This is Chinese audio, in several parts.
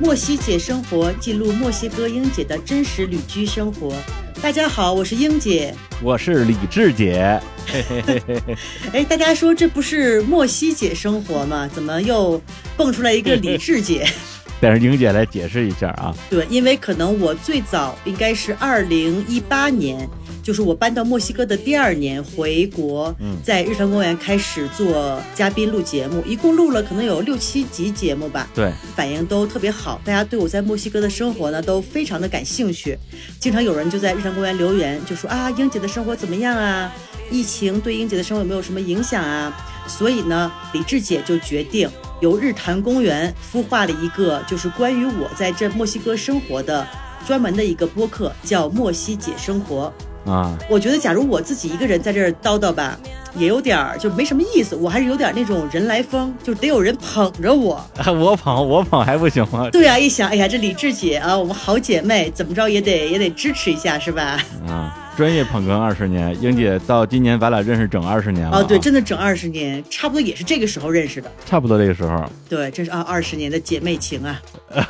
墨西姐生活，记录墨西哥英姐的真实旅居生活。大家好，我是英姐， 我是李志姐。 哎，大家说这不是墨西姐生活吗？怎么又蹦出来一个李志姐？ 但是英姐来解释一下啊。 对，因为可能我最早应该是2018年，就是我搬到墨西哥的第2年回国，在日坛公园开始做嘉宾录节目，一共录了可能有6-7集节目吧。 对， 反应都特别好，大家对我在墨西哥的生活呢都非常的感兴趣。经常有人就在日坛公园留言，就说啊，英姐的生活怎么样啊？疫情对英姐的生活有没有什么影响啊？所以呢，李志姐就决定由日坛公园孵化了一个就是关于我在这墨西哥生活的专门的一个播客，叫墨西姐生活啊。我觉得假如我自己一个人在这儿叨叨吧，也有点就没什么意思，我还是有点那种人来疯，就得有人捧着我。 我捧还不行吗？ 对啊，一想，哎呀，这李志姐啊，我们好姐妹，怎么着也得支持一下，是吧？ 啊，专业捧哏20年，英姐到今年咱俩认识整20年了。 哦，对，真的整20年，差不多也是这个时候认识的。 差不多这个时候。 对，这是20年的姐妹情啊。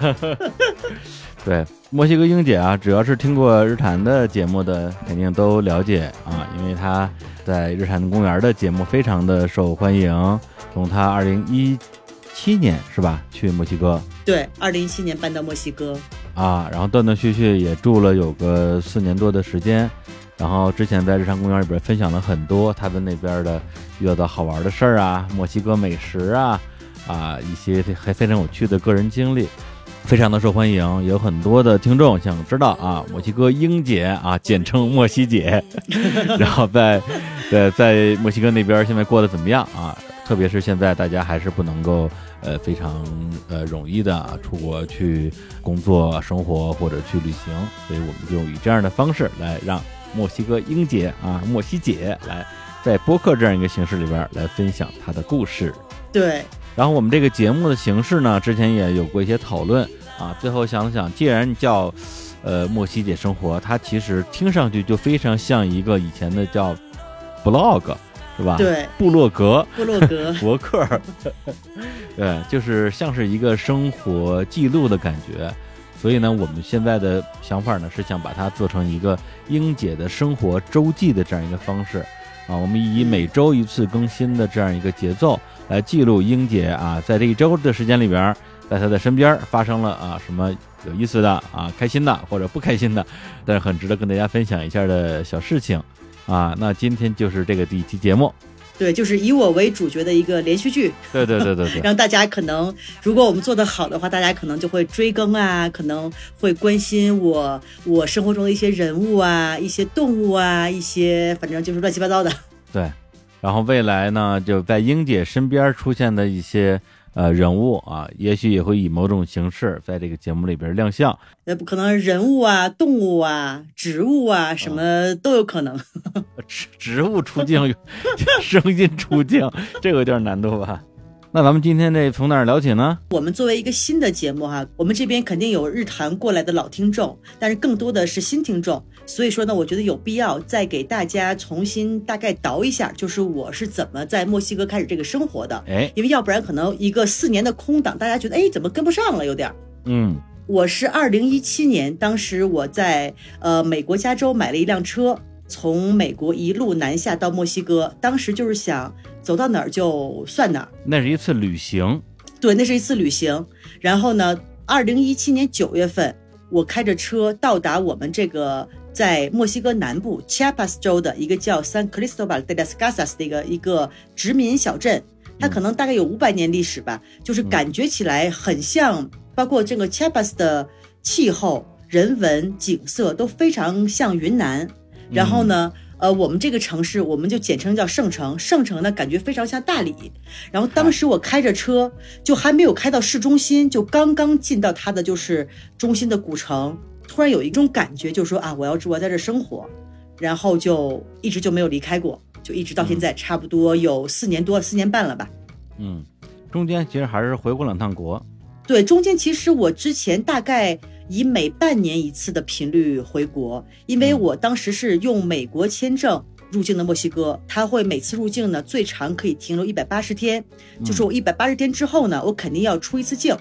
对，墨西哥英姐啊，只要是听过日坛的节目的，肯定都了解啊，因为她在日坛公园的节目非常的受欢迎。从她2017年是吧，去墨西哥。 对，2017年搬到墨西哥啊，然后断断续续也住了有个4年多的时间。然后之前在日坛公园里边分享了很多他们那边的遇到的好玩的事儿啊，墨西哥美食啊，一些还非常有趣的个人经历，非常的受欢迎。有很多的听众想知道啊，墨西哥英姐啊，简称墨西姐，然后在墨西哥那边现在过得怎么样啊？特别是现在大家还是不能够非常容易的出国去工作生活或者去旅行，所以我们就以这样的方式来让墨西哥英姐啊，墨西姐来在播客这样一个形式里边来分享她的故事。 对， 然后我们这个节目的形式呢，之前也有过一些讨论啊，最后想了想，既然叫墨西姐生活，它其实听上去就非常像一个以前的叫 blog是吧？ 对， 部落格博客对，就是像是一个生活记录的感觉。所以呢，我们现在的想法呢，是想把它做成一个英姐的生活周记的这样一个方式啊。我们以每周1次更新的这样一个节奏来记录英姐啊，在这一周的时间里边，在她的身边发生了什么有意思的啊、开心的或者不开心的，但是很值得跟大家分享一下的小事情啊。那今天就是这个第1期节目。 对，就是以我为主角的一个连续剧。 对， 让大家可能，如果我们做得好的话，大家可能就会追更啊，可能会关心我生活中的一些人物啊，一些动物啊，一些反正就是乱七八糟的。对， 然后未来呢，就在英姐身边出现的一些人物啊，也许也会以某种形式在这个节目里边亮相。 可能人物啊、动物啊、植物啊，什么都有可能。 植物出镜，声音出镜，这个有点难度吧？那咱们今天这从哪儿聊起呢？ 我们作为一个新的节目哈，我们这边肯定有日坛过来的老听众，但是更多的是新听众，所以说呢，我觉得有必要再给大家重新大概倒一下，就是我是怎么在墨西哥开始这个生活的。因为要不然可能一个4年的空档，大家觉得怎么跟不上了，有点。我是2017年，当时我在美国加州买了一辆车，从美国一路南下到墨西哥，当时就是想走到哪儿就算哪儿。 那是一次旅行。 对，那是一次旅行。然后呢，2017年9月份，我开着车到达我们这个在墨西哥南部 Chiapas 州的一个叫 San Cristobal de las Casas 的一个殖民小镇，它可能大概有500年历史吧，就是感觉起来很像，包括这个 Chiapas 的气候、人文、景色都非常像云南。然后呢，我们这个城市我们就简称叫圣城，圣城呢感觉非常像大理。然后当时我开着车就还没有开到市中心，就刚刚进到它的就是中心的古城，突然有一种感觉，就是说我要在这生活，然后就一直就没有离开过，就一直到现在差不多有4年半了吧。 中间其实还是回过2趟国。 对，中间其实我之前大概以每半年1次的频率回国，因为我当时是用美国签证入境的墨西哥，它会每次入境呢最长可以停留180天，就是我180天之后呢，我肯定要出1次境，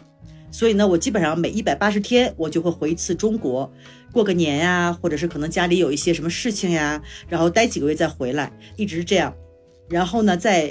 所以呢，我基本上每180天我就会回一次中国，过个年呀，或者是可能家里有一些什么事情呀，然后待几个月再回来，一直是这样。然后呢，在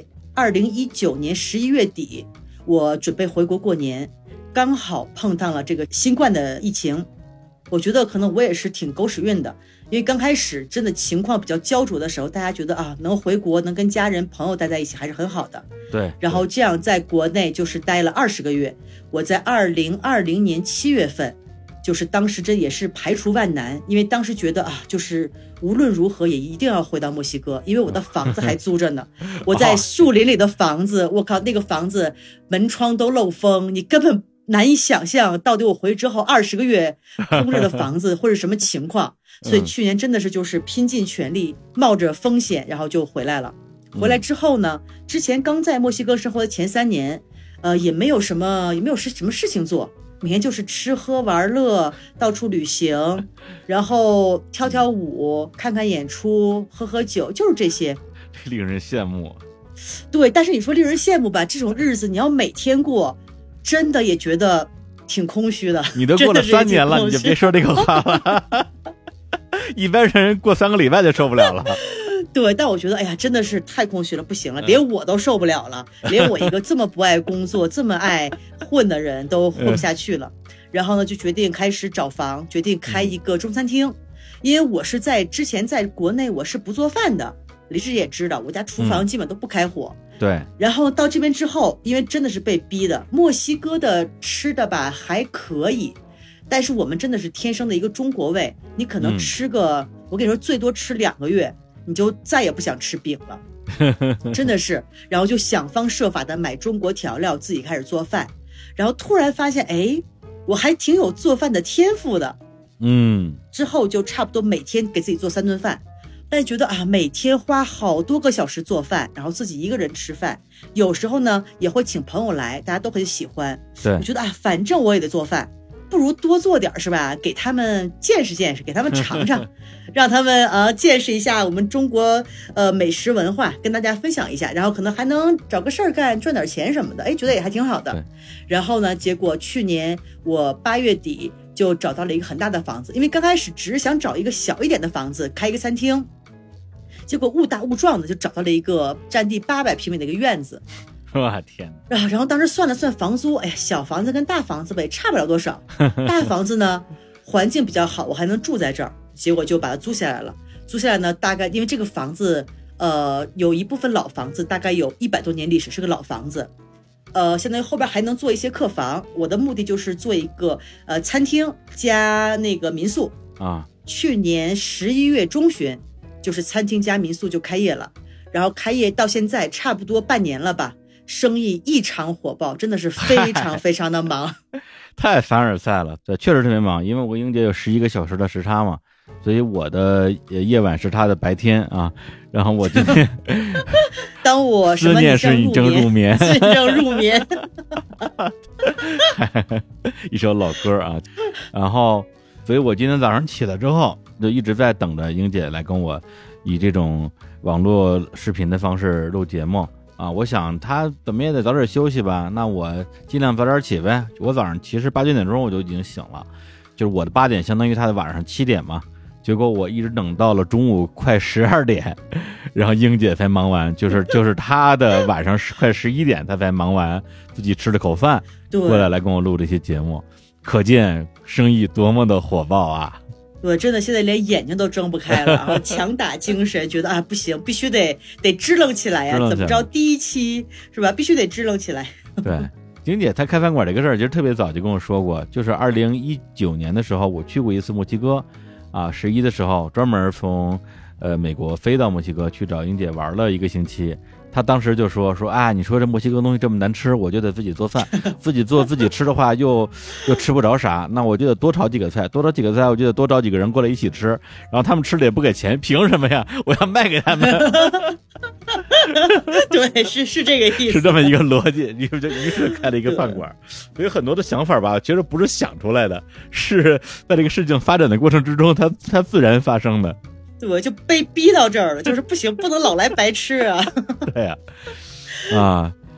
2019年11月底，我准备回国过年，刚好碰到了这个新冠的疫情。我觉得可能我也是挺狗屎运的，因为刚开始真的情况比较焦灼的时候，大家觉得啊，能回国能跟家人朋友待在一起还是很好的。 对， 然后这样在国内就是待了20个月。我在2020年7月份，就是当时这也是排除万难，因为当时觉得啊，就是无论如何也一定要回到墨西哥，因为我的房子还租着呢。我在树林里的房子，我靠，那个房子门窗都漏风，你根本难以想象到底我回之后20个月空着的房子会是什么情况。所以去年真的是就是拼尽全力，冒着风险，然后就回来了。回来之后呢，之前刚在墨西哥生活的前3年，也没有什么事情做，每天就是吃喝玩乐，到处旅行，然后跳跳舞，看看演出，喝喝酒，就是这些。 令人羡慕。 对，但是你说令人羡慕吧，这种日子你要每天过，真的也觉得挺空虚的。 你都过了3年了，你就别说这个话了。一般人过3个礼拜就受不了了。 对，但我觉得，哎呀，真的是太空虚了，不行了，连我都受不了了，连我一个这么不爱工作、这么爱混的人都混不下去了。然后呢，就决定开始找房，决定开一个中餐厅。因为我是之前在国内我是不做饭的，李志也知道，我家厨房基本都不开火。 对。 然后到这边之后，因为真的是被逼的，墨西哥的吃的吧还可以，但是我们真的是天生的一个中国胃，你可能吃个，我跟你说最多吃2个月，你就再也不想吃饼了，真的是。然后就想方设法的买中国调料，自己开始做饭，然后突然发现，哎，我还挺有做饭的天赋的。之后就差不多每天给自己做3顿饭，但是觉得啊，每天花好多个小时做饭，然后自己一个人吃饭，有时候呢也会请朋友来，大家都很喜欢。 对， 我觉得啊，反正我也得做饭，不如多做点是吧？给他们见识见识，给他们尝尝，让他们见识一下我们中国美食文化，跟大家分享一下，然后可能还能找个事儿干，赚点钱什么的，哎，觉得也还挺好的。然后呢，结果去年我8月底就找到了一个很大的房子，因为刚开始只是想找一个小一点的房子开一个餐厅，结果误打误撞的就找到了一个占地800平米的一个院子。 我天！ 然后当时算了算房租，哎呀，小房子跟大房子呗，差不了多少。大房子呢，环境比较好，我还能住在这儿，结果就把它租下来了。租下来呢，大概因为这个房子，有一部分老房子，大概有100多年历史，是个老房子。相当于后边还能做一些客房。我的目的就是做一个餐厅加那个民宿啊。 去年11月中旬，就是餐厅加民宿就开业了，然后开业到现在差不多半年了吧。生意异常火爆，真的是非常非常的忙。 太凡尔赛了。对，确实特别忙，因为我跟英姐有11个小时的时差嘛，所以我的夜晚是她的白天啊。然后我今天当我什么思念是你正入眠， 正入眠。 一首老歌啊。然后所以我今天早上起来之后就一直在等着英姐来跟我以这种网络视频的方式录节目啊。我想她怎么也得早点休息吧，那我尽量早点起呗。我早上其实8、9点钟我就已经醒了，就是我的8点相当于她的晚上7点嘛。结果我一直等到了中午快12点，然后英姐才忙完，就是她的晚上快11点她才忙完，自己吃了口饭过来跟我录这些节目，可见生意多么的火爆啊。 我真的现在连眼睛都睁不开了，然后强打精神，觉得啊不行，必须得支棱起来呀，怎么着第一期是吧，必须得支棱起来。 对，英姐她开饭馆这个事儿其实特别早就跟我说过，就是2019年的时候我去过一次墨西哥啊，11的时候专门从美国飞到墨西哥去找英姐玩了1个星期。他当时就说啊，你说这墨西哥东西这么难吃，我就得自己做饭，自己做自己吃的话又吃不着啥，那我就得多炒几个菜，多炒几个菜，我就得多找几个人过来一起吃，然后他们吃了也不给钱，凭什么呀？我要卖给他们。 对，是这个意思， 是这么一个逻辑。你就于是开了一个饭馆，所以很多的想法吧，其实不是想出来的，是在这个事情发展的过程之中，它自然发生的。 对，就被逼到这儿了，就是不行，不能老来白吃啊。 对呀，啊，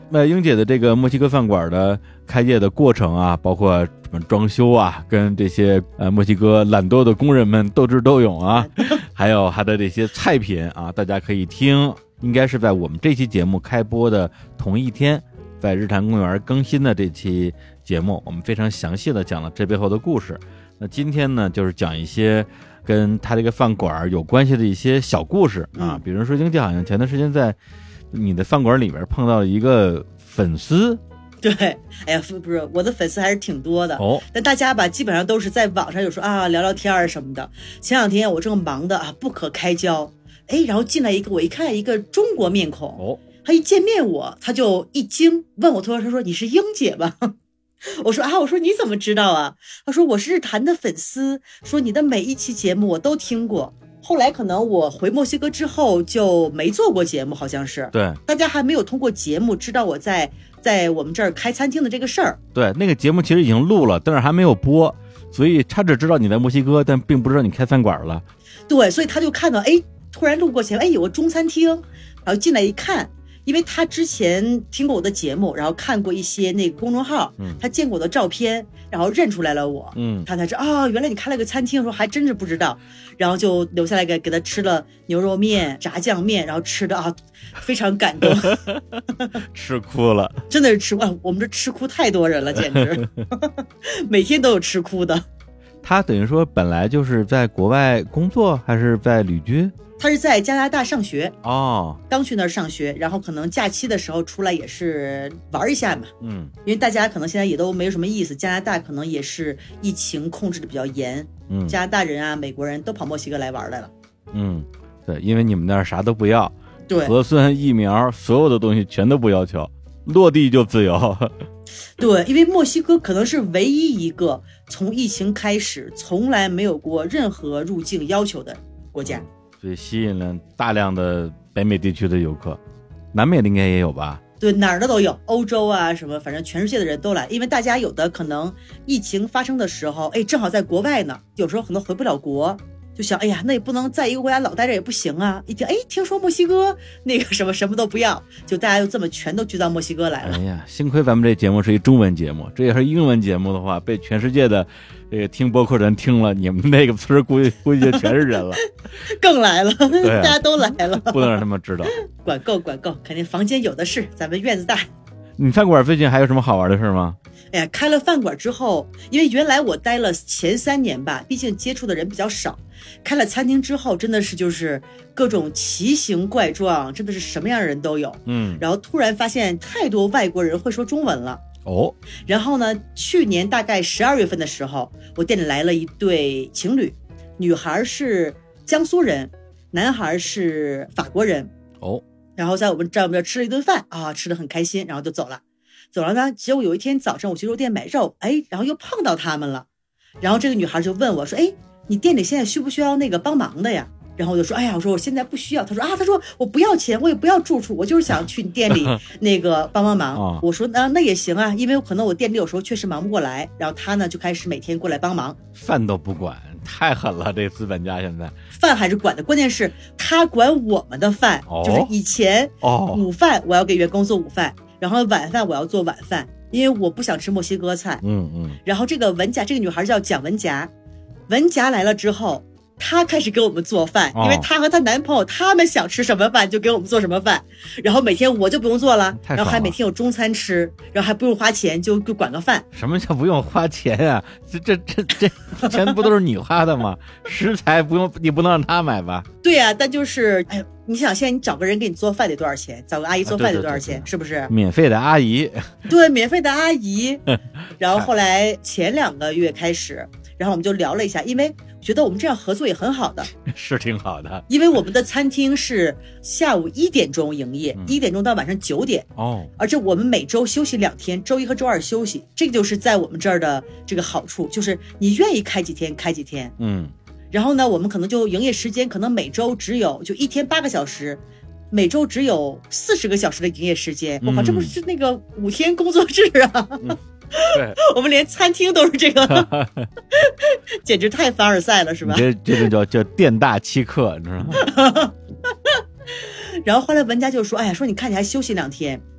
英姐的这个墨西哥饭馆的开业的过程啊，包括什么装修啊，跟这些墨西哥懒惰的工人们斗智斗勇啊，还有它的这些菜品啊，大家可以听，应该是在我们这期节目开播的同一天，在日坛公园更新的这期节目，我们非常详细的讲了这背后的故事。那今天呢，就是讲一些跟他这个饭馆有关系的一些小故事啊，比如说英姐好像前段时间在你的饭馆里边碰到了一个粉丝。 对，哎呀，不是，我的粉丝还是挺多的哦，但大家吧基本上都是在网上有时候啊聊聊天什么的。前两天我正忙的啊不可开交，哎，然后进来一个，我一看一个中国面孔哦，他一见面他就一惊，问我他说你是英姐吧？我说啊，我说你怎么知道啊？他说我是日坛的粉丝，说你的每一期节目我都听过。后来可能我回墨西哥之后就没做过节目，好像是。 对， 大家还没有通过节目知道我在我们这儿开餐厅的这个事儿。 对，那个节目其实已经录了，但是还没有播，所以他只知道你在墨西哥，但并不知道你开饭馆了。 对，所以他就看到，哎，突然路过前，哎，有个中餐厅，然后进来一看。因为他之前听过我的节目，然后看过一些那个公众号，他见过我的照片，然后认出来了我，他才知道啊，原来你开了个餐厅，说还真是不知道，然后就留下来给他吃了牛肉面、炸酱面，然后吃的啊非常感动， 吃哭了， 真的是吃哭，我们这吃哭太多人了，简直每天都有吃哭的。 他等于说本来就是在国外工作，还是在旅居？ 他是在加拿大上学哦， 刚去那儿上学，然后可能假期的时候出来也是玩一下嘛。因为大家可能现在也都没有什么意思，加拿大可能也是疫情控制的比较严，加拿大人啊、美国人都跑墨西哥来玩来了。 对，因为你们那儿啥都不要， 对， 核酸、疫苗，所有的东西全都不要求，落地就自由。 对，因为墨西哥可能是唯一一个从疫情开始从来没有过任何入境要求的国家。 所以吸引了大量的北美地区的游客，南美的应该也有吧？ 对，哪儿的都有，欧洲啊什么，反正全世界的人都来，因为大家有的可能疫情发生的时候，哎，正好在国外呢，有时候可能回不了国，就想，哎呀，那也不能在一个国家老待着也不行啊。一听，哎，听说墨西哥那个什么都不要，就大家就这么全都聚到墨西哥来了。 哎呀，幸亏咱们这节目是一中文节目，这也是英文节目的话，被全世界的这个听播客人听了，你们那个村估计就全是人了， 更来了， 对啊， 大家都来了， 不能让他们知道。 管够，肯定房间有的是，咱们院子大。 你饭馆最近还有什么好玩的事吗？ 哎呀，开了饭馆之后，因为原来我待了前3年吧，毕竟接触的人比较少。开了餐厅之后，真的是就是各种奇形怪状，真的是什么样的人都有。然后突然发现太多外国人会说中文了。然后呢，去年大概12月份的时候，我店里来了一对情侣，女孩是江苏人，男孩是法国人。然后在我们这儿吃了一顿饭啊，吃得很开心，然后就走了呢。结果有一天早上我去肉店买肉，哎，然后又碰到他们了。然后这个女孩就问我说，哎，你店里现在需不需要那个帮忙的呀？然后我就说，哎呀，我说我现在不需要。他说我不要钱，我也不要住处，我就是想去你店里那个帮忙。我说那也行啊，因为可能我店里有时候确实忙不过来。然后他呢就开始每天过来帮忙， 饭都不管，太狠了，这资本家现在饭还是管的，关键是他管我们的饭，就是以前午饭我要给员工做午饭，然后晚饭我要做晚饭，因为我不想吃墨西哥菜。然后这个文夹，这个女孩叫蒋文夹，文夹来了之后，她开始给我们做饭，因为她和她男朋友他们想吃什么饭就给我们做什么饭，然后每天我就不用做了，然后还每天有中餐吃，然后还不用花钱，就管个饭。 什么叫不用花钱啊？这钱不都是你花的吗？食材不用，你不能让他买吧？ 对呀，但就是哎呦，你想现在你找个人给你做饭得多少钱？找个阿姨做饭得多少钱？是不是？ 免费的阿姨。 对，免费的阿姨。然后后来前2个月开始，然后我们就聊了一下，因为觉得我们这样合作也很好的， 是挺好的。 因为我们的餐厅是下午1点钟营业，1点钟到晚上9点。而且我们每周休息2天，周一和周二休息，这个就是在我们这儿的这个好处，就是你愿意开几天开几天。然后呢，我们可能就营业时间可能每周只有就1天8个小时，每周只有40个小时的营业时间。我靠，这不是那个5天工作制啊！ 对， 我们连餐厅都是这个，简直太凡尔赛了，是吧？ 这就叫店大欺客，你知道吗？ 然后后来文佳就说：“哎呀，说你看你还休息2天。”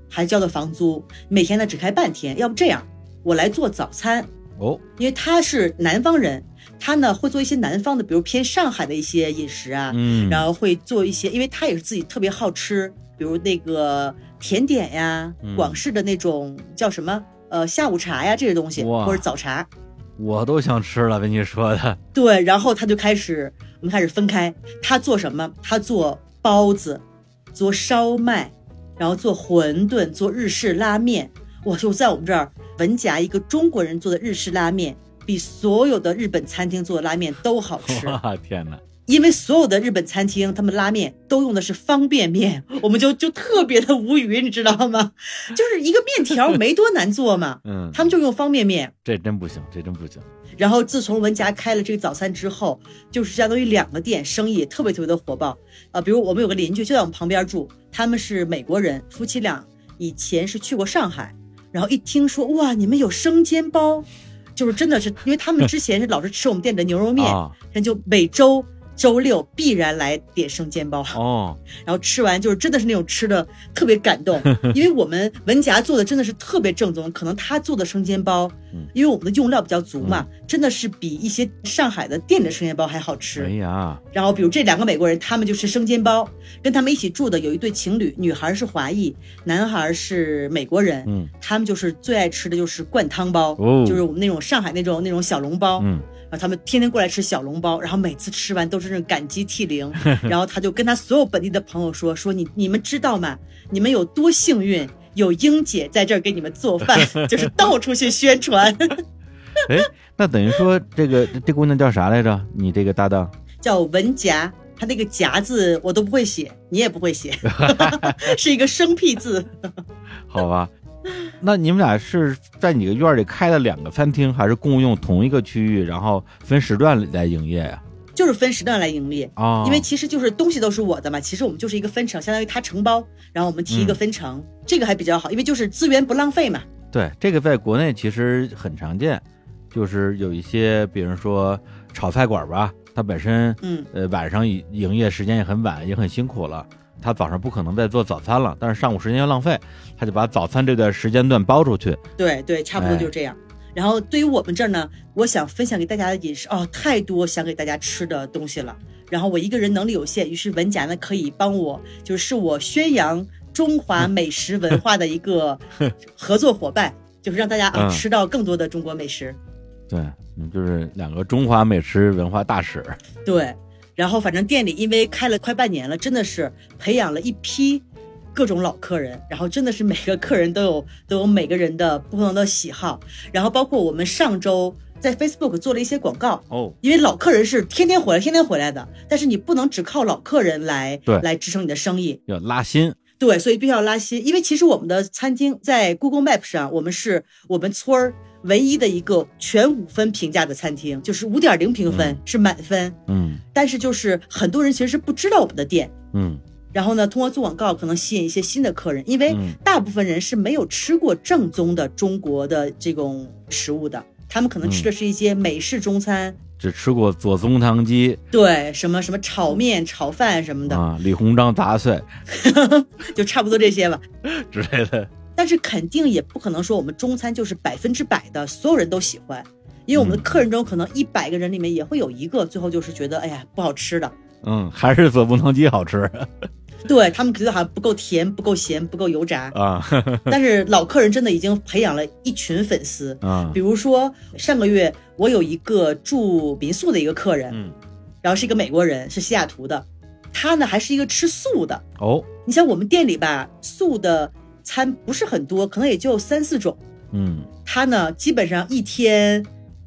还交的房租，每天呢只开半天，要不这样我来做早餐。因为他是南方人，他呢会做一些南方的，比如偏上海的一些饮食啊，然后会做一些，因为他也是自己特别好吃，比如那个甜点呀，广式的那种叫什么下午茶呀这些东西，或者早茶， 我都想吃了，被你说的。 对，然后他就我们开始分开，他做什么？他做包子，做烧麦，然后做馄饨，做日式拉面。哇，就在我们这儿，文甲一个中国人做的日式拉面，比所有的日本餐厅做的拉面都好吃。 哇，天哪！ 因为所有的日本餐厅他们拉面都用的是方便面，我们就特别的无语，你知道吗？就是一个面条没多难做嘛，他们就用方便面， 这真不行，这真不行。 然后自从文甲开了这个早餐之后，就是相当于2个店生意特别特别的火爆比如我们有个邻居就在我们旁边住，他们是美国人，夫妻俩以前是去过上海，然后一听说哇你们有生煎包，就是真的是因为他们之前是老是吃我们店的牛肉面，人就每周6必然来点生煎包然后吃完就是真的是那种吃的特别感动，因为我们文甲做的真的是特别正宗，可能他做的生煎包，因为我们的用料比较足嘛，真的是比一些上海的店的生煎包还好吃。 哎呀， 然后比如这2个美国人，他们就是生煎包，跟他们一起住的有一对情侣，女孩是华裔，男孩是美国人，他们就是最爱吃的就是灌汤包，就是我们那种上海那种小笼包，然后他们天天过来吃小笼包，然后每次吃完都是那种感激涕零然后他就跟他所有本地的朋友说你们知道吗？你们有多幸运，有英姐在这儿给你们做饭就是到处去宣传哎，那等于说这姑娘叫啥来着？你这个搭档叫文甲，他那个甲字我都不会写，你也不会写是一个生僻字好吧，那你们俩是在你的院里开了2个餐厅，还是共用同一个区域，然后分时段来营业呀？ 就是分时段来营业因为其实就是东西都是我的嘛，其实我们就是一个分成，相当于他承包，然后我们提一个分成，这个还比较好，因为就是资源不浪费嘛。 对，这个在国内其实很常见，就是有一些比如说炒菜馆吧，它本身晚上营业时间也很晚，也很辛苦了，他早上不可能再做早餐了，但是上午时间要浪费，他就把早餐这段时间段包出去。 对对，差不多就是这样。然后对于我们这儿呢，我想分享给大家的饮食太多想给大家吃的东西了。然后我一个人能力有限，于是文甲呢可以帮我，就是我宣扬中华美食文化的一个合作伙伴，就是让大家吃到更多的中国美食。 对，就是2个中华美食文化大使。 对。然后反正店里因为开了快半年了，真的是培养了一批各种老客人，然后真的是每个客人都有每个人的不同的喜好，然后包括我们上周在 Facebook 做了一些广告因为老客人是天天回来的，但是你不能只靠老客人来支撑你的生意， 要拉新。 对，所以必须要拉新，因为其实我们的餐厅在 Google Map 上，我们是我们村儿唯一的一个全5分评价的餐厅，就是5.0评分是满分。但是就是很多人其实是不知道我们的店。然后呢，通过做广告可能吸引一些新的客人，因为大部分人是没有吃过正宗的中国的这种食物的，他们可能吃的是一些美式中餐， 只吃过左宗棠鸡， 对，什么什么炒面炒饭什么的李鸿章杂碎就差不多这些吧之类的。 但是肯定也不可能说我们中餐就是100%的所有人都喜欢，因为我们的客人中可能100个人里面也会有1个最后就是觉得哎呀不好吃的， 还是左宗棠鸡好吃对，他们觉得好像不够甜不够咸不够油炸但是老客人真的已经培养了一群粉丝比如说上个月我有一个住民宿的一个客人然后是一个美国人，是西雅图的，他呢还是一个吃素的你像我们店里吧，素的餐不是很多，可能也就3-4种他呢基本上一天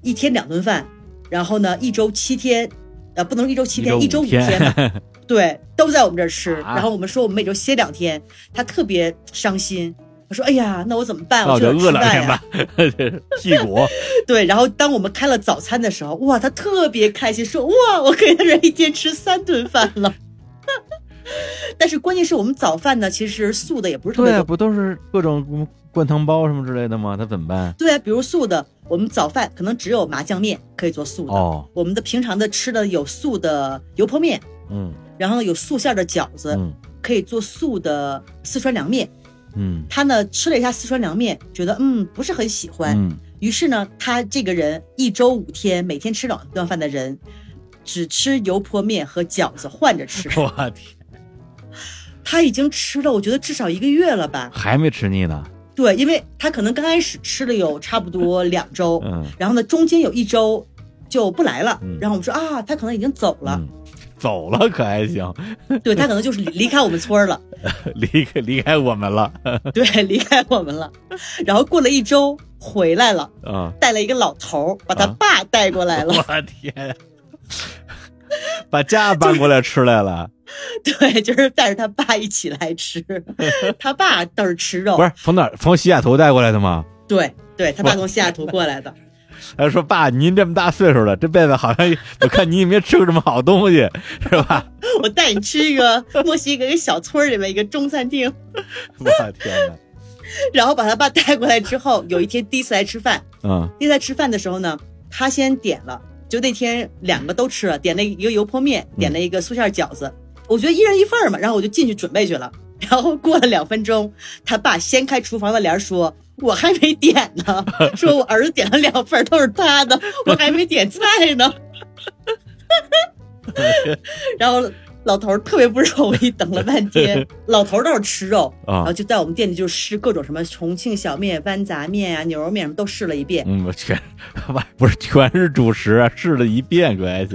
2顿饭，然后呢1周7天不能1周7天1周5天嘛对，都在我们这儿吃然后我们说我们每周歇2天，他特别伤心，我说哎呀那我怎么办，我就饿2天吧屁股对，然后当我们开了早餐的时候，哇他特别开心，说哇我可以在这一天吃3顿饭了但是关键是我们早饭呢其实素的也不是特别多， 对，不都是各种灌汤包什么之类的吗？他怎么办？ 对啊，比如素的我们早饭可能只有麻酱面可以做素的我们的平常的吃的有素的油泼面然后呢有素馅的饺子可以做素的四川凉面他呢吃了一下四川凉面，觉得不是很喜欢，于是呢他这个人1周5天每天吃2顿饭的人，只吃油泼面和饺子换着吃。 我天， 他已经吃了我觉得至少1个月了吧， 还没吃腻呢。 对，因为他可能刚开始吃了有差不多2周，然后呢中间有1周就不来了，然后我们说啊他可能已经走了， 走了可还行， 对，他可能就是离开我们村了离开我们了对，离开我们了，然后过了1周回来了，带了一个老头把他爸带过来了， 我天，把家搬过来吃来了对，就是带着他爸一起来吃他爸倒是吃肉， 不是从哪儿，从西雅图带过来的吗？ 对，他爸从西雅图过来的他说爸您这么大岁数了，这辈子好像我看你也没吃过什么好东西是吧我带你吃一个墨西哥一个小村里面一个中餐厅我天哪然后把他爸带过来之后，有一天第一次来吃饭，第一次来吃饭的时候呢，他先点了，就那天2个都吃了，点了一个油泼面，点了一个素馅饺子，我觉得1人1份嘛，然后我就进去准备去了，然后过了2分钟，他爸掀开厨房的帘说我还没点呢，说我儿子点了2份都是他的，我还没点菜呢然后老头特别不容易，等了半天老头倒是吃肉，然后就在我们店里就试各种什么重庆小面、豌杂面啊、牛肉面什么都试了一遍， 不是全是主食啊，试了一遍可还行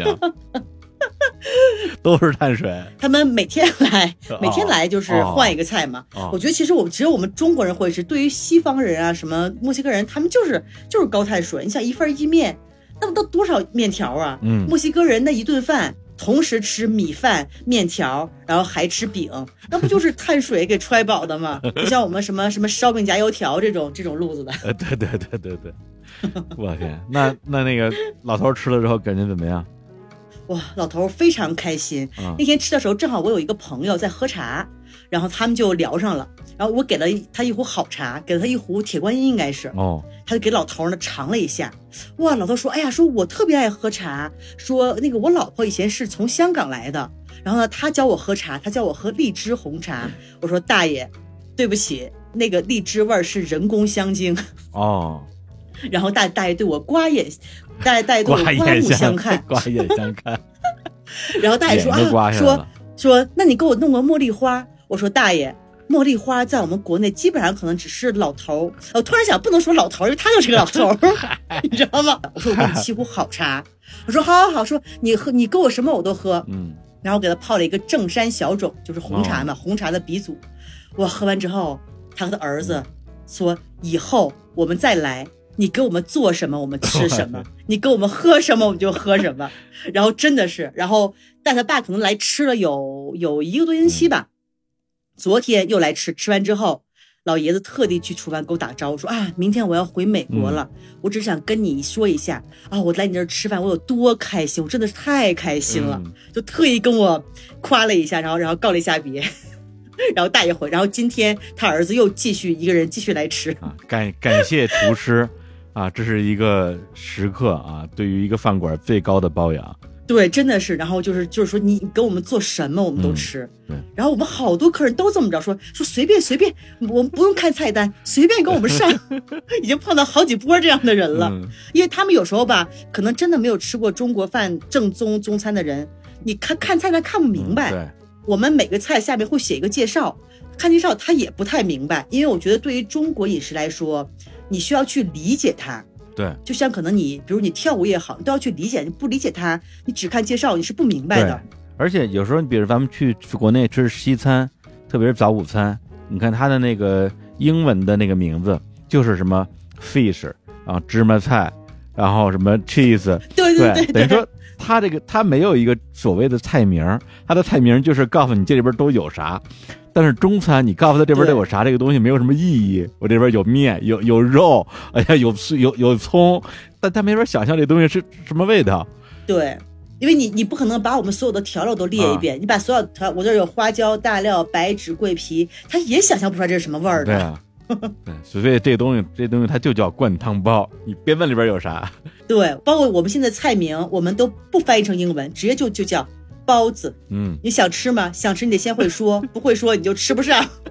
都是碳水。 他们每天来就是换一个菜嘛。我觉得其实只有我们中国人会吃，对于西方人啊，什么墨西哥人，他们就是高碳水。你想一份意面，那么都多少面条啊？墨西哥人那一顿饭同时吃米饭、面条，然后还吃饼，那不就是碳水给揣饱的吗？不像我们什么烧饼夹油条这种路子的。 对，我天，那个老头吃了之后感觉怎么样？ 哇，老头非常开心。那天吃的时候，正好我有一个朋友在喝茶，然后他们就聊上了。然后我给了他一壶好茶，给了他一壶铁观音，应该是。他就给老头呢尝了一下。哇，老头说：“哎呀，说我特别爱喝茶，说那个我老婆以前是从香港来的，然后呢，她教我喝茶，她教我喝荔枝红茶。”我说：“大爷，对不起，那个荔枝味是人工香精。”然后大爷对我大爷对我刮目相看， 刮眼相看。 然后大爷说说那你给我弄个茉莉花。我说大爷，茉莉花在我们国内基本上可能只是老头。我突然想不能说老头，因为他就是个老头你知道吗？我说我给你沏壶好茶。我说好，说你给我什么我都喝。然后给他泡了一个正山小种，就是红茶嘛，红茶的鼻祖。我喝完之后，他和他儿子说以后我们再来，你给我们做什么我们吃什么，你给我们喝什么我们就喝什么。然后真的是，然后带他爸可能来吃了有1个多星期吧，昨天又来吃完之后，老爷子特地去厨房给我打招呼说啊，明天我要回美国了，我只想跟你说一下啊，我来你这儿吃饭我有多开心，我真的是太开心了，就特意跟我夸了一下，然后告了一下别然后大爷回，然后今天他儿子又继续一个人继续来吃感谢厨师啊，这是一个时刻啊，对于一个饭馆最高的包养。 对，真的是，然后就是说你给我们做什么我们都吃，然后我们好多客人都这么着说随便，我们不用看菜单，随便给我们上已经碰到好几波这样的人了，因为他们有时候吧，可能真的没有吃过中国饭正宗中餐的人，你看菜单看不明白， 对， 我们每个菜下面会写一个介绍，看介绍他也不太明白，因为我觉得对于中国饮食来说，你需要去理解它。 对， 就像可能你比如你跳舞也好，你都要去理解，你不理解它，你只看介绍你是不明白的。 而且有时候你比如咱们去国内吃西餐，特别是早午餐，你看它的那个英文的那个名字就是什么 fish， 然后芝麻菜，然后什么 cheese， 对， 等于说它没有一个所谓的菜名，它的菜名就是告诉你这里边都有啥。但是中餐你告诉他这边都有啥，这个东西没有什么意义，我这边有面有肉，哎呀有葱，但他没法想象这东西是什么味道。 对，因为你不可能把我们所有的调料都列一遍，你把所有调，我这有花椒、大料、白芷、桂皮，他也想象不出来这是什么味儿的。 对啊，对，所以这东西它就叫灌汤包，你别问里边有啥。 对，包括我们现在菜名我们都不翻译成英文，直接就叫包子。你想吃吗？想吃你得先会说，不会说你就吃不上。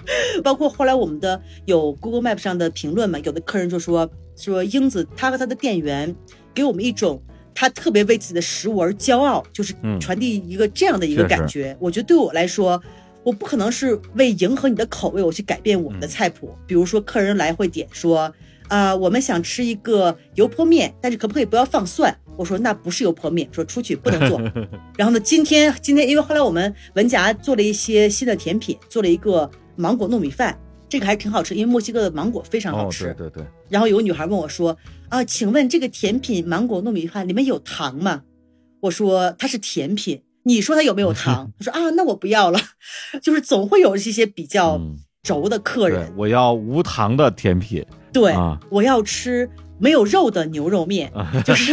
包括后来我们的有 Google Map 上的评论嘛，有的客人就说英子他和他的店员给我们一种他特别为自己的食物而骄傲，就是传递一个这样的一个感觉。我觉得对我来说，我不可能是为迎合你的口味我去改变我们的菜谱。比如说客人来会点说我们想吃一个油泼面，但是可不可以不要放蒜？我说那不是油泼面，说出去不能做。然后呢，今天因为后来我们文夹做了一些新的甜品，做了一个芒果糯米饭，这个还挺好吃，因为墨西哥的芒果非常好吃。 对。 然后有个女孩问我说请问这个甜品芒果糯米饭里面有糖吗？我说它是甜品，你说它有没有糖？她说那我不要了。就是总会有这些比较轴的客人， 我要无糖的甜品。 对，我要吃没有肉的牛肉面，就是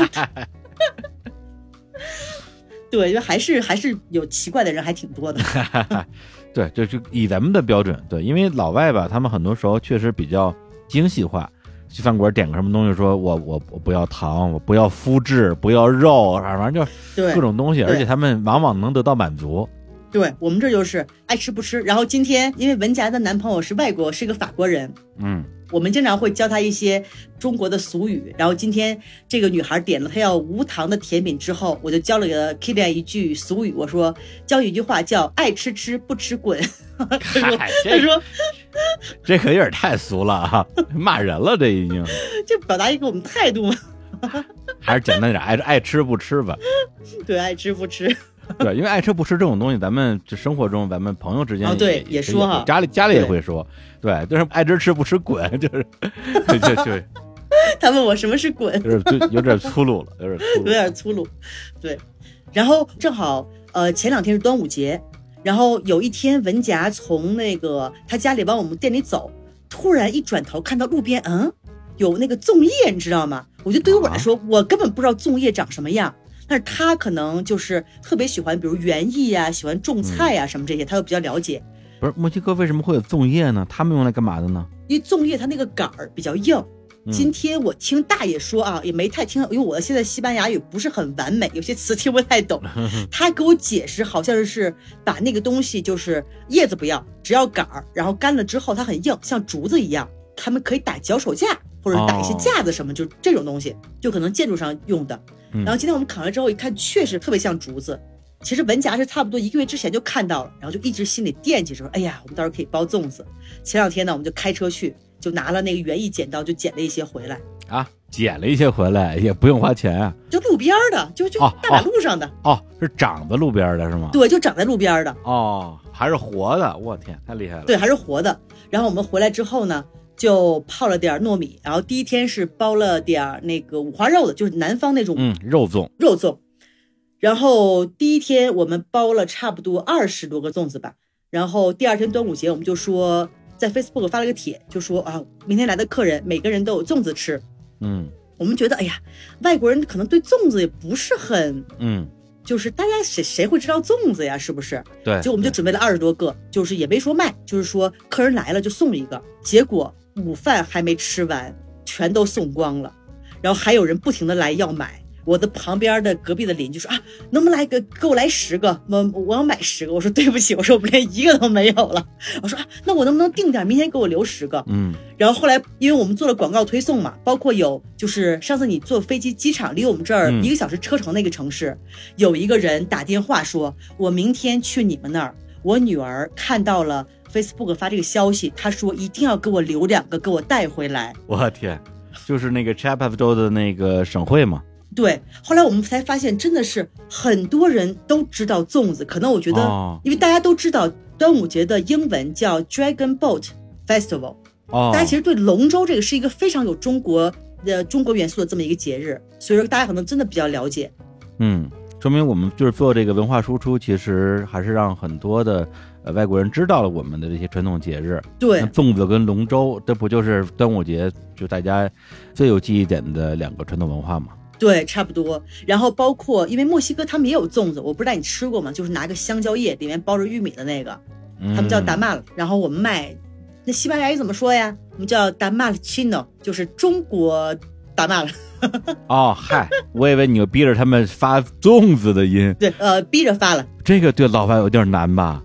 对，因为还是有奇怪的人还挺多的。 对，就以咱们的标准，对，因为老外吧，他们很多时候确实比较精细化。去饭馆点个什么东西，说我不要糖，我不要麸质，不要肉，反正就各种东西，而且他们往往能得到满足。 对，我们这就是爱吃不吃。然后今天因为文夹的男朋友是外国，是个法国人，我们经常会教他一些中国的俗语。然后今天这个女孩点了她要无糖的甜品之后，我就教了个 Kilian 一句俗语，我说教一句话叫爱吃吃不吃滚。他说这可有点太俗了啊，骂人了，这已经就表达一个我们态度嘛。 还是简单点，爱吃不吃吧。 对，爱吃不吃。 对，因为爱吃不吃这种东西，咱们这生活中咱们朋友之间也说哈， 家里也会说，对，就是爱吃吃不吃滚，就是就他问我什么是滚， 有点粗鲁了，有点粗鲁。对，然后正好前2天是端午节，然后有一天文夹从那个他家里往我们店里走，突然一转头看到路边有那个粽叶，你知道吗？我觉得对于我来说，我根本不知道粽叶长什么样。但是他可能就是特别喜欢比如园艺啊，喜欢种菜啊什么这些，他又比较了解。 不是，墨西哥为什么会有粽叶呢？他们用来干嘛的呢？ 因为粽叶它那个杆儿比较硬。今天我听大爷说也没太听，因为我现在西班牙语不是很完美，有些词听不太懂。他给我解释好像是把那个东西就是叶子不要，只要杆儿，然后干了之后它很硬，像竹子一样，他们可以打脚手架或者打一些架子什么，就这种东西，就可能建筑上用的。然后今天我们烤了之后一看，确实特别像竹子。其实文夹是差不多1个月之前就看到了，然后就一直心里惦记着，哎呀，我们到时候可以包粽子。前2天呢，我们就开车去，就拿了那个园艺剪刀，就剪了一些回来。 捡了一些回来也不用花钱啊？ 就路边的，就大马路上的。 是长在路边的是吗？ 对，就长在路边的。 还是活的，我天，太厉害了。 对，还是活的。然后我们回来之后呢，就泡了点糯米，然后第1天是包了点那个五花肉的，就是南方那种肉粽。 然后第1天我们包了差不多20多个粽子吧。然后第2天端午节，我们就说在 Facebook 发了个帖，就说明天来的客人每个人都有粽子吃。我们觉得哎呀，外国人可能对粽子也不是很就是大家谁会知道粽子呀，是不是？ 对， 就我们就准备了20多个，就是也没说卖，就是说客人来了就送一个。结果午饭还没吃完，全都送光了，然后还有人不停的来要买。我的旁边的隔壁的邻居说能不能来给我来10个，我要买10个。我说对不起，我说我们连1个都没有了。我说那我能不能定点，明天给我留10个？然后后来因为我们做了广告推送嘛，包括有就是上次你坐飞机机场离我们这儿1个小时车程那个城市，有一个人打电话说，我明天去你们那儿，我女儿看到了 Facebook 发这个消息，她说一定要给我留2个，给我带回来。 我天，就是那个 Chiapas 州的那个省会嘛。 对，后来我们才发现真的是很多人都知道粽子，可能我觉得因为大家都知道端午节的英文叫 Dragon Boat Festival，大家其实对龙舟这个是一个非常有中国元素的这么一个节日，所以说大家可能真的比较了解。 说明我们就是做这个文化输出，其实还是让很多的外国人知道了我们的这些传统节日。 对， 粽子跟龙舟，这不就是端午节就大家最有记忆点的2个传统文化吗？ 对，差不多。然后包括因为墨西哥他们也有粽子，我不知道你吃过吗？就是拿个香蕉叶里面包着玉米的那个，他们叫达玛了。然后我们卖，那西班牙语怎么说呀？我们叫达玛chino，就是中国达玛了。 嗨，我以为你逼着他们发粽子的音。 对，逼着发了。 这个对老外有点难吧？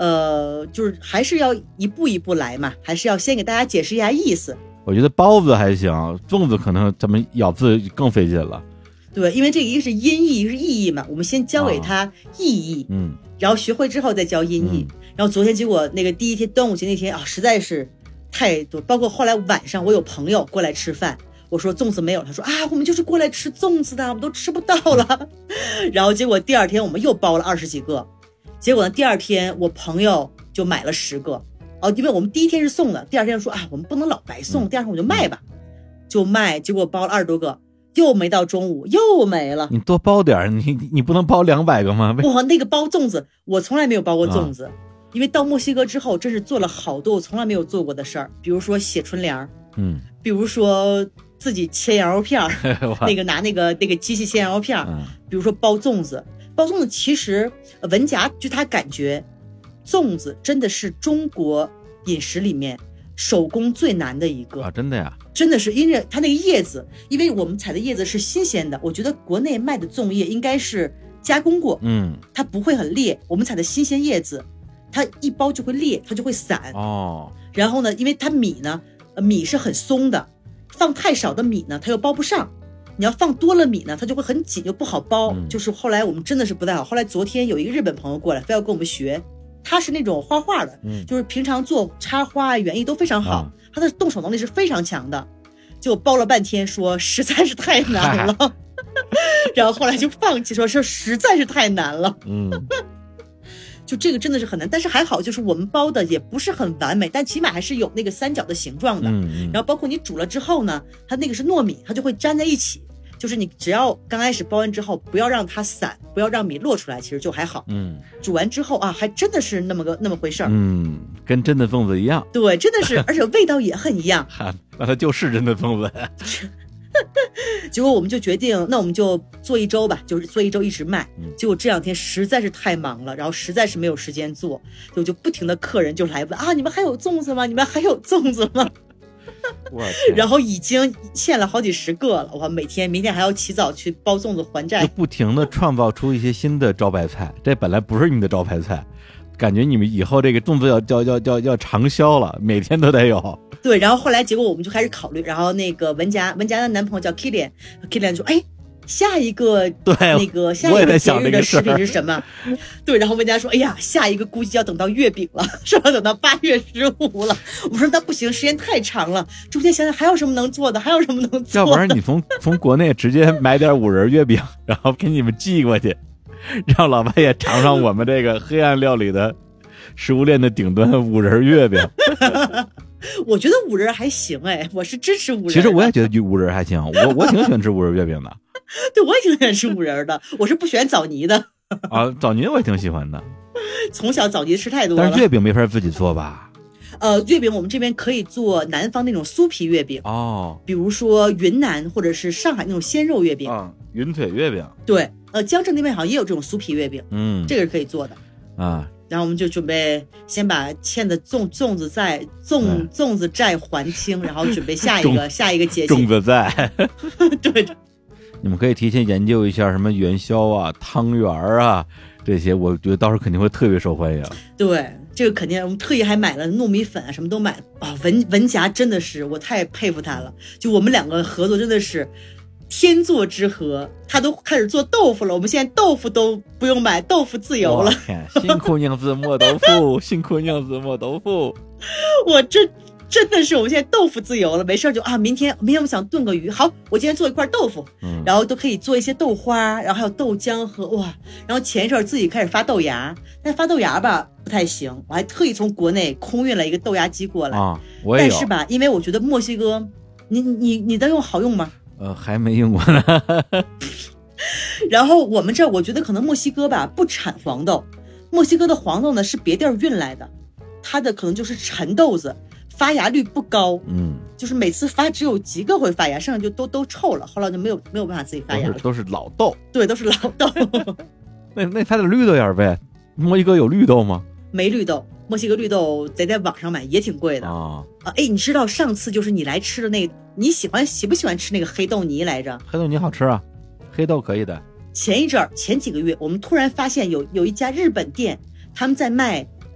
就是还是要一步一步来嘛，还是要先给大家解释一下意思。 我觉得包子还行，粽子可能咱们咬字更费劲了。 对，因为这个一个是音译，一个是意义嘛，我们先教给他意义，然后学会之后再教音译。然后昨天结果那个第一天端午节那天啊，实在是太多，包括后来晚上我有朋友过来吃饭，我说粽子没有，他说啊，我们就是过来吃粽子的，我们都吃不到了。然后结果第二天我们又包了20几个，结果呢第二天我朋友就买了10个。因为我们第一天是送的，第二天说啊，我们不能老白送，第二天我就卖吧，就卖，结果包了20多个，又没到中午又没了。 你多包点，你不能包200个吗？ 哇，那个包粽子我从来没有包过粽子，因为到墨西哥之后真是做了好多我从来没有做过的事儿，比如说写春联，比如说自己切羊肉片那个拿那个机器切羊肉片，比如说包粽子。包粽子其实文夹据他感觉，粽子真的是中国饮食里面手工最难的一个啊！真的呀， 真的是，因为它那个叶子，因为我们采的叶子是新鲜的，我觉得国内卖的粽叶应该是加工过，它不会很裂。我们采的新鲜叶子，它一包就会裂，它就会散哦。然后呢，因为它米呢，米是很松的，放太少的米呢，它又包不上。你要放多了米呢，它就会很紧，又不好包。就是后来我们真的是不太好。后来昨天有一个日本朋友过来，非要跟我们学。他是那种画画的，就是平常做插花园艺都非常好，他的动手能力是非常强的。就包了半天说实在是太难了，然后后来就放弃，说实在是太难了。就这个真的是很难，但是还好就是我们包的也不是很完美，但起码还是有那个三角的形状的。然后包括你煮了之后呢，它那个是糯米，它就会粘在一起，就是你只要刚开始包完之后不要让它散，不要让米落出来，其实就还好。煮完之后啊，还真的是那么回事儿。 跟真的粽子一样。 对，真的是，而且味道也很一样。 那它就是真的粽子。 结果我们就决定，那我们就做1周吧，就是做1周一直卖。结果这2天实在是太忙了，然后实在是没有时间做，就不停的客人就来问啊，你们还有粽子吗？你们还有粽子吗？然后已经欠了好几10个了，我明天还要起早去包粽子还债， 就不停的创造出一些新的招牌菜。这本来不是你的招牌菜，感觉你们以后这个粽子要长销了，每天都得有。 对，然后后来结果我们就开始考虑，然后那个文佳的男朋友叫 Kilian 说，哎，下一个节日的食品是什么？对，然后文佳说，哎呀，下一个估计要等到月饼了，说要等到8月15了。我说那不行，时间太长了，中间想想还有什么能做的， 要不然你从国内直接买点5仁月饼，然后给你们寄过去，让老外也尝尝我们这个黑暗料理的食物链的顶端5仁月饼。 我觉得5仁还行，我是支持5仁。 其实我也觉得5仁还行，我挺喜欢吃5仁月饼的。 对，我也挺喜欢吃5仁的，我是不喜欢枣泥的。 枣泥我也挺喜欢的， 从小枣泥吃太多了。 但是月饼没法自己做吧？ 月饼我们这边可以做南方那种酥皮月饼比如说云南或者是上海那种鲜肉月饼云腿月饼。 对，江浙那边好像也有这种酥皮月饼，这个是可以做的然后我们就准备先把欠的粽子债还清，然后准备下一个节气。 粽子债。 对， 你们可以提前研究一下什么元宵啊、汤圆啊这些，我觉得到时候肯定会特别受欢迎。 对，这个肯定，我们特意还买了糯米粉啊，什么都买文夹真的是我太佩服他了，就我们2个合作真的是天作之合。他都开始做豆腐了，我们现在豆腐都不用买，豆腐自由了。 辛苦娘子磨豆腐，辛苦娘子磨豆腐。 我真的是我们现在豆腐自由了，没事就明天我想炖个鱼，好，我今天做一块豆腐，然后都可以做一些豆花，然后还有豆浆和然后前一阵自己开始发豆芽，但发豆芽吧不太行，我还特意从国内空运了一个豆芽机过来我也有。 但是吧，因为我觉得墨西哥，你的用好用吗？ 还没用过呢。 然后我们这我觉得可能墨西哥吧不产黄豆，墨西哥的黄豆呢是别地儿运来的，它的可能就是陈豆子，发芽率不高，就是每次发只有几个会发芽，剩下就都臭了，后来就没有办法自己发芽了， 都是老豆。对， 都是老豆。 那发点绿豆芽呗？墨西哥有绿豆吗？ 没绿豆，墨西哥绿豆得在网上买，也挺贵的你知道上次就是你来吃的那个，你喜不喜欢吃那个黑豆泥来着？ 黑豆泥好吃啊，黑豆可以的。前几个月我们突然发现有一家日本店，他们在卖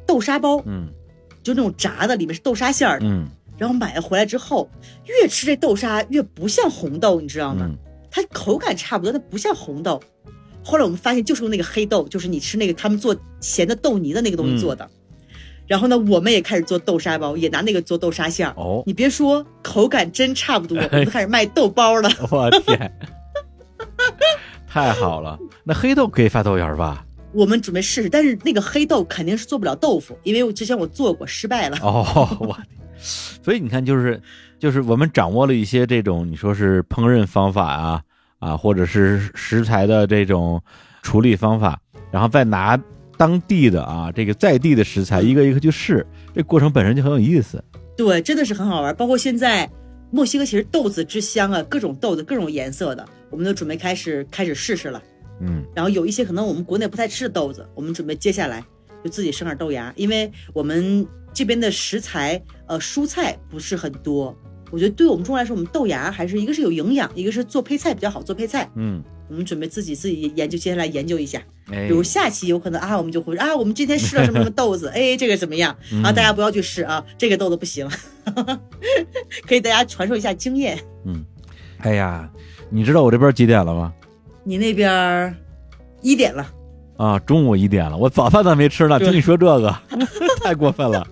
豆沙包，就那种炸的，里面是豆沙馅儿的，然后买了回来之后，越吃这豆沙越不像红豆，你知道吗？它口感差不多，它不像红豆。后来我们发现就是用那个黑豆，就是你吃那个他们做咸的豆泥的那个东西做的。然后呢，我们也开始做豆沙包，也拿那个做豆沙馅儿。你别说，口感真差不多，我们都开始卖豆包了。 我天，太好了！那黑豆可以发豆芽吧？ 我们准备试试，但是那个黑豆肯定是做不了豆腐，因为之前我做过失败了。 我，所以你看，就是我们掌握了一些这种你说是烹饪方法啊，或者是食材的这种处理方法，然后再拿当地的这个在地的食材一个一个去试，这过程本身就很有意思。 对，真的是很好玩。包括现在墨西哥其实豆子之乡啊，各种豆子各种颜色的，我们都准备开始试试了。然后有一些可能我们国内不太吃的豆子，我们准备接下来就自己生点豆芽，因为我们这边的食材蔬菜不是很多，我觉得对我们中国来说，我们豆芽还是一个是有营养，一个是做配菜比较好做配菜。我们准备自己研究，接下来研究一下，比如下期有可能我们就会我们今天试了什么什么豆子，这个怎么样？大家不要去试这个豆子不行，可以大家传授一下经验。 哎呀，你知道我这边几点了吗？ 你那边1点了中午1点了，我早饭都没吃呢，听你说这个，太过分了。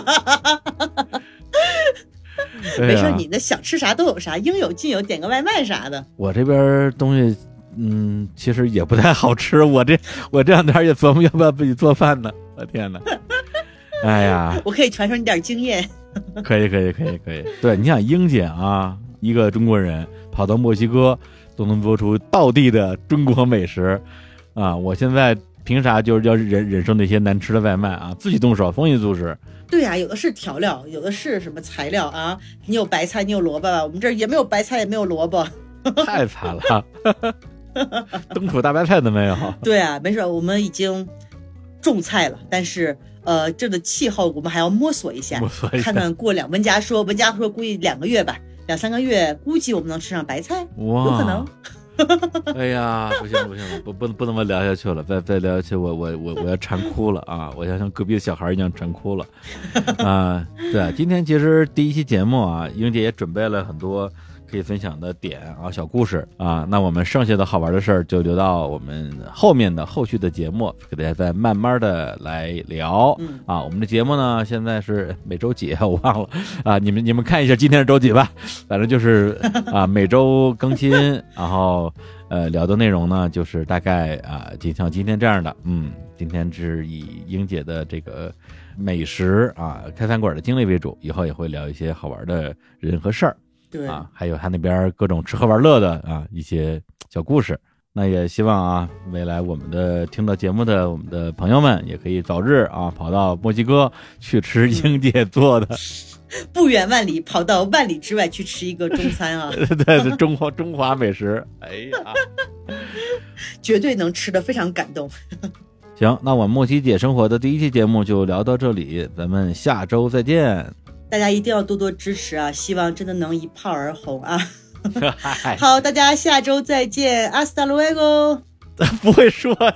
没事，你的想吃啥都有啥，应有尽有，点个外卖啥的。 我这边东西其实也不太好吃，我这两天也琢磨要不要自己做饭呢。我天哪！哎呀， 我可以传授你点经验。 可以。对，你想英姐一个中国人跑到墨西哥都能做出道地的中国美食我现在凭啥就是要忍受那些难吃的外卖自己动手丰衣足食。 对有的是调料，有的是什么材料你有白菜，你有萝卜吧？我们这儿也没有白菜，也没有萝卜， 太惨了。冬储大白菜都没有。 对没事，我们已经种菜了，但是这个气候我们还要摸索一下，看看过文家说估计2个月吧，2、3个月估计我们能吃上白菜，有可能。 哎呀，不行，不那么聊下去了，再聊下去我要馋哭了我要像隔壁的小孩一样馋哭了对，今天其实第一期节目英姐也准备了很多可以分享的点小故事那我们剩下的好玩的事儿就留到我们后续的节目给大家再慢慢的来聊我们的节目呢现在是每周几我忘了你们看一下今天是周几吧，反正就是每周更新，然后聊的内容呢就是大概像今天这样的今天是以英姐的这个美食开饭馆的经历为主，以后也会聊一些好玩的人和事儿。 对还有他那边各种吃喝玩乐的一些小故事。那也希望未来我们的听到节目的我们的朋友们也可以早日跑到墨西哥去吃英姐做的不远万里跑到万里之外去吃一个中餐对，中华美食。哎呀， 绝对能吃得非常感动。 行，那我们墨西姐生活的第一期节目就聊到这里，咱们下周再见。 大家一定要多多支持希望真的能一炮而红好，大家下周再见，Hasta luego。 不会说。拜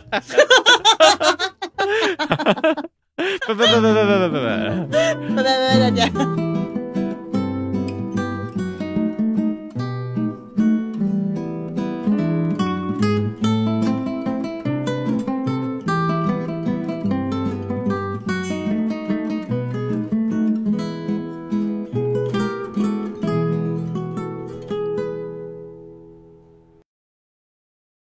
拜大家。